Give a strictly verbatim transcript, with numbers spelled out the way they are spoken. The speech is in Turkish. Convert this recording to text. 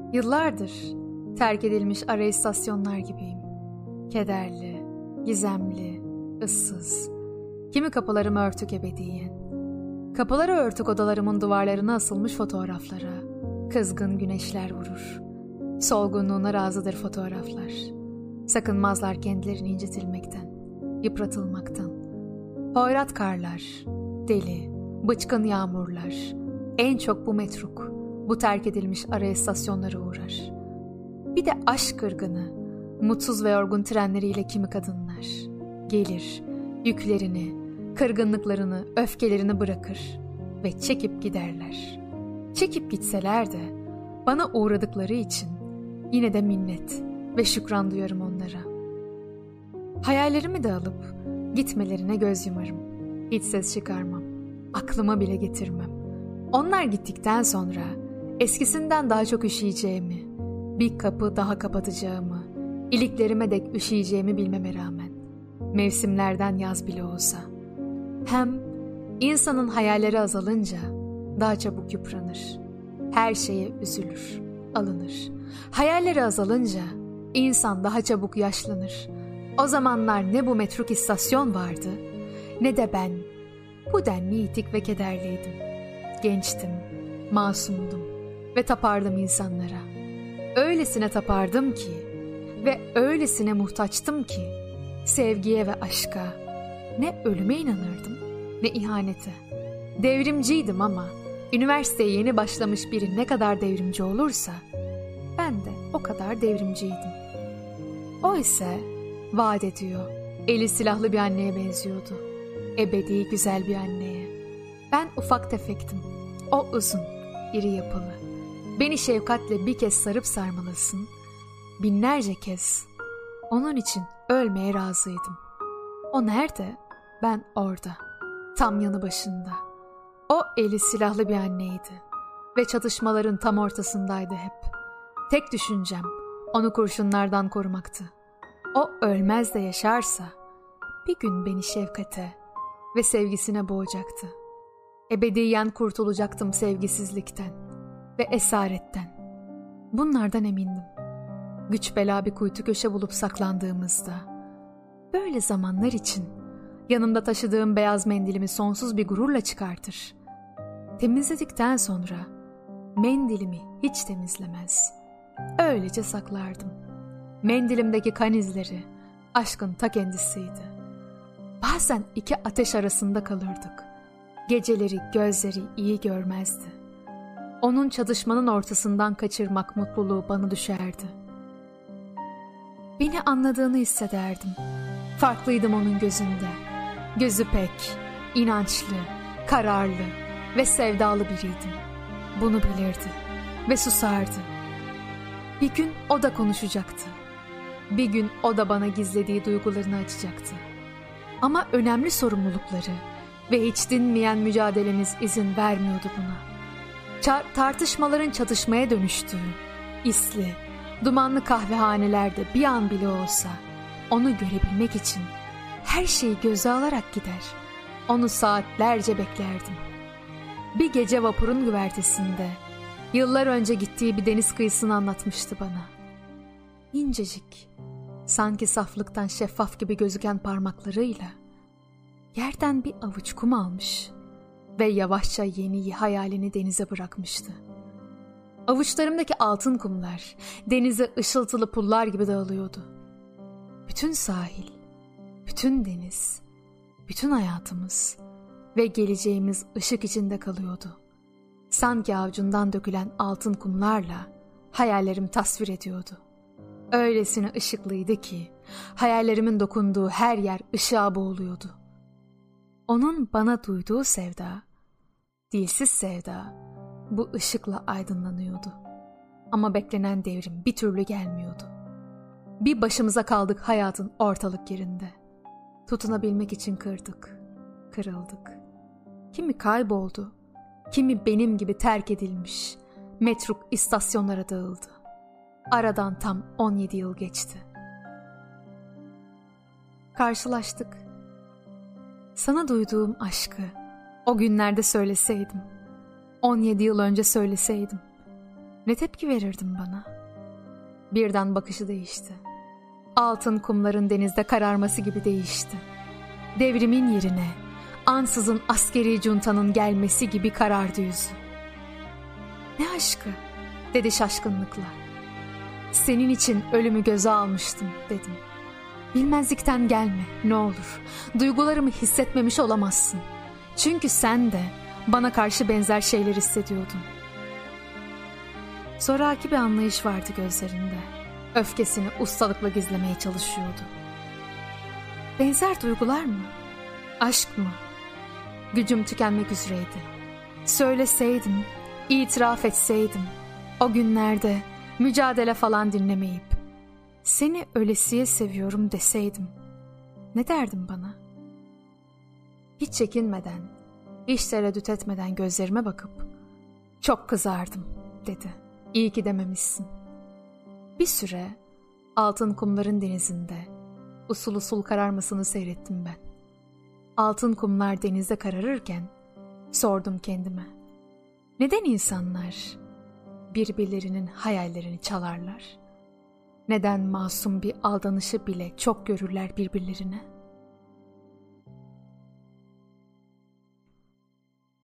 Yıllardır terk edilmiş ara istasyonlar gibiyim. Kederli, gizemli, ıssız. Kimi kapılarım örtük ebediyen. Kapıları örtük odalarımın duvarlarına asılmış fotoğraflara kızgın güneşler vurur. Solgunluğuna razıdır fotoğraflar. Sakınmazlar kendilerini incitilmekten, yıpratılmaktan. Hoyrat karlar, deli, bıçkın yağmurlar. En çok bu metruk, bu terk edilmiş ara istasyonlara uğrar. Bir de aşk kırgını, mutsuz ve yorgun trenleriyle kimi kadınlar. Gelir, yüklerini, kırgınlıklarını, öfkelerini bırakır ve çekip giderler. Çekip gitseler de bana uğradıkları için yine de minnet ve şükran duyarım onlara. Hayallerimi de alıp gitmelerine göz yumarım. Hiç ses çıkarmam, aklıma bile getirmem. Onlar gittikten sonra eskisinden daha çok üşüyeceğimi, bir kapı daha kapatacağımı, iliklerime dek üşüyeceğimi bilmeme rağmen, mevsimlerden yaz bile olsa. Hem insanın hayalleri azalınca daha çabuk yıpranır. Her şeye üzülür, alınır. Hayalleri azalınca insan daha çabuk yaşlanır. O zamanlar ne bu metruk istasyon vardı, ne de ben bu denli yitik ve kederliydim. Gençtim, masumdum ve tapardım insanlara. Öylesine tapardım ki ve öylesine muhtaçtım ki sevgiye ve aşka, ne ölüme inanırdım ne ihanete. Devrimciydim ama üniversiteye yeni başlamış biri ne kadar devrimci olursa ben de o kadar devrimciydim. O ise vaat ediyor, eli silahlı bir anneye benziyordu. Ebedi güzel bir anneye. Ben ufak tefektim, o uzun, iri yapılı. Beni şefkatle bir kez sarıp sarmalısın, binlerce kez. Onun için ölmeye razıydım. O nerede? Ben orada, tam yanı başında. O eli silahlı bir anneydi ve çatışmaların tam ortasındaydı hep. Tek düşüncem onu kurşunlardan korumaktı. O ölmez de yaşarsa bir gün beni şefkate ve sevgisine boğacaktı. Ebediyen kurtulacaktım sevgisizlikten ve esaretten. Bunlardan emindim. Güç bela bir kuytu köşe bulup saklandığımızda, böyle zamanlar için yanımda taşıdığım beyaz mendilimi sonsuz bir gururla çıkartır. Temizledikten sonra mendilimi hiç temizlemez. Öylece saklardım. Mendilimdeki kan izleri aşkın ta kendisiydi. Bazen iki ateş arasında kalırdık. Geceleri gözleri iyi görmezdi. Onun çatışmanın ortasından kaçırmak mutluluğu bana düşerdi. Beni anladığını hissederdim. Farklıydım onun gözünde. Gözü pek, inançlı, kararlı ve sevdalı biriydim. Bunu bilirdi ve susardı. Bir gün o da konuşacaktı. Bir gün o da bana gizlediği duygularını açacaktı. Ama önemli sorumlulukları ve hiç dinmeyen mücadelemiz izin vermiyordu buna. Ça- tartışmaların çatışmaya dönüştüğü, isli, dumanlı kahvehanelerde bir an bile olsa onu görebilmek için her şeyi göze alarak gider, onu saatlerce beklerdim. Bir gece vapurun güvertesinde yıllar önce gittiği bir deniz kıyısını anlatmıştı bana. İncecik, sanki saflıktan şeffaf gibi gözüken parmaklarıyla yerden bir avuç kum almış ve yavaşça yeni hayalini denize bırakmıştı. Avuçlarımdaki altın kumlar denize ışıltılı pullar gibi dağılıyordu. Bütün sahil, bütün deniz, bütün hayatımız ve geleceğimiz ışık içinde kalıyordu. Sanki avucundan dökülen altın kumlarla hayallerim tasvir ediyordu. Öylesine ışıklıydı ki hayallerimin dokunduğu her yer ışığa boğuluyordu. Onun bana duyduğu sevda, dilsiz sevda, bu ışıkla aydınlanıyordu. Ama beklenen devrim bir türlü gelmiyordu. Bir başımıza kaldık hayatın ortalık yerinde. Tutunabilmek için kırdık, kırıldık. Kimi kayboldu, kimi benim gibi terk edilmiş, metruk istasyonlara dağıldı. Aradan tam on yedi yıl geçti. Karşılaştık. Sana duyduğum aşkı o günlerde söyleseydim, on yedi yıl önce söyleseydim, Ne tepki verirdin bana? Birden bakışı değişti. Altın kumların denizde kararması gibi değişti. Devrimin yerine ansızın askeri cuntanın gelmesi gibi karardı yüzü. Ne aşkı, dedi şaşkınlıkla. Senin için ölümü göze almıştım, dedim. Bilmezlikten gelme, ne olur. Duygularımı hissetmemiş olamazsın. Çünkü sen de bana karşı benzer şeyler hissediyordun. Zoraki bir anlayış vardı gözlerinde. Öfkesini ustalıkla gizlemeye çalışıyordu. Benzer duygular mı? Aşk mı? Gücüm tükenmek üzereydi. Söyleseydim, itiraf etseydim, o günlerde mücadele falan dinlemeyip, seni ölesiye seviyorum deseydim, ne derdin bana? Hiç çekinmeden, hiç tereddüt etmeden gözlerime bakıp, çok kızardım, dedi. İyi ki dememişsin. Bir süre altın kumların denizinde usul usul kararmasını seyrettim ben. Altın kumlar denizde kararırken sordum kendime. Neden insanlar birbirlerinin hayallerini çalarlar? Neden masum bir aldanışı bile çok görürler birbirlerine?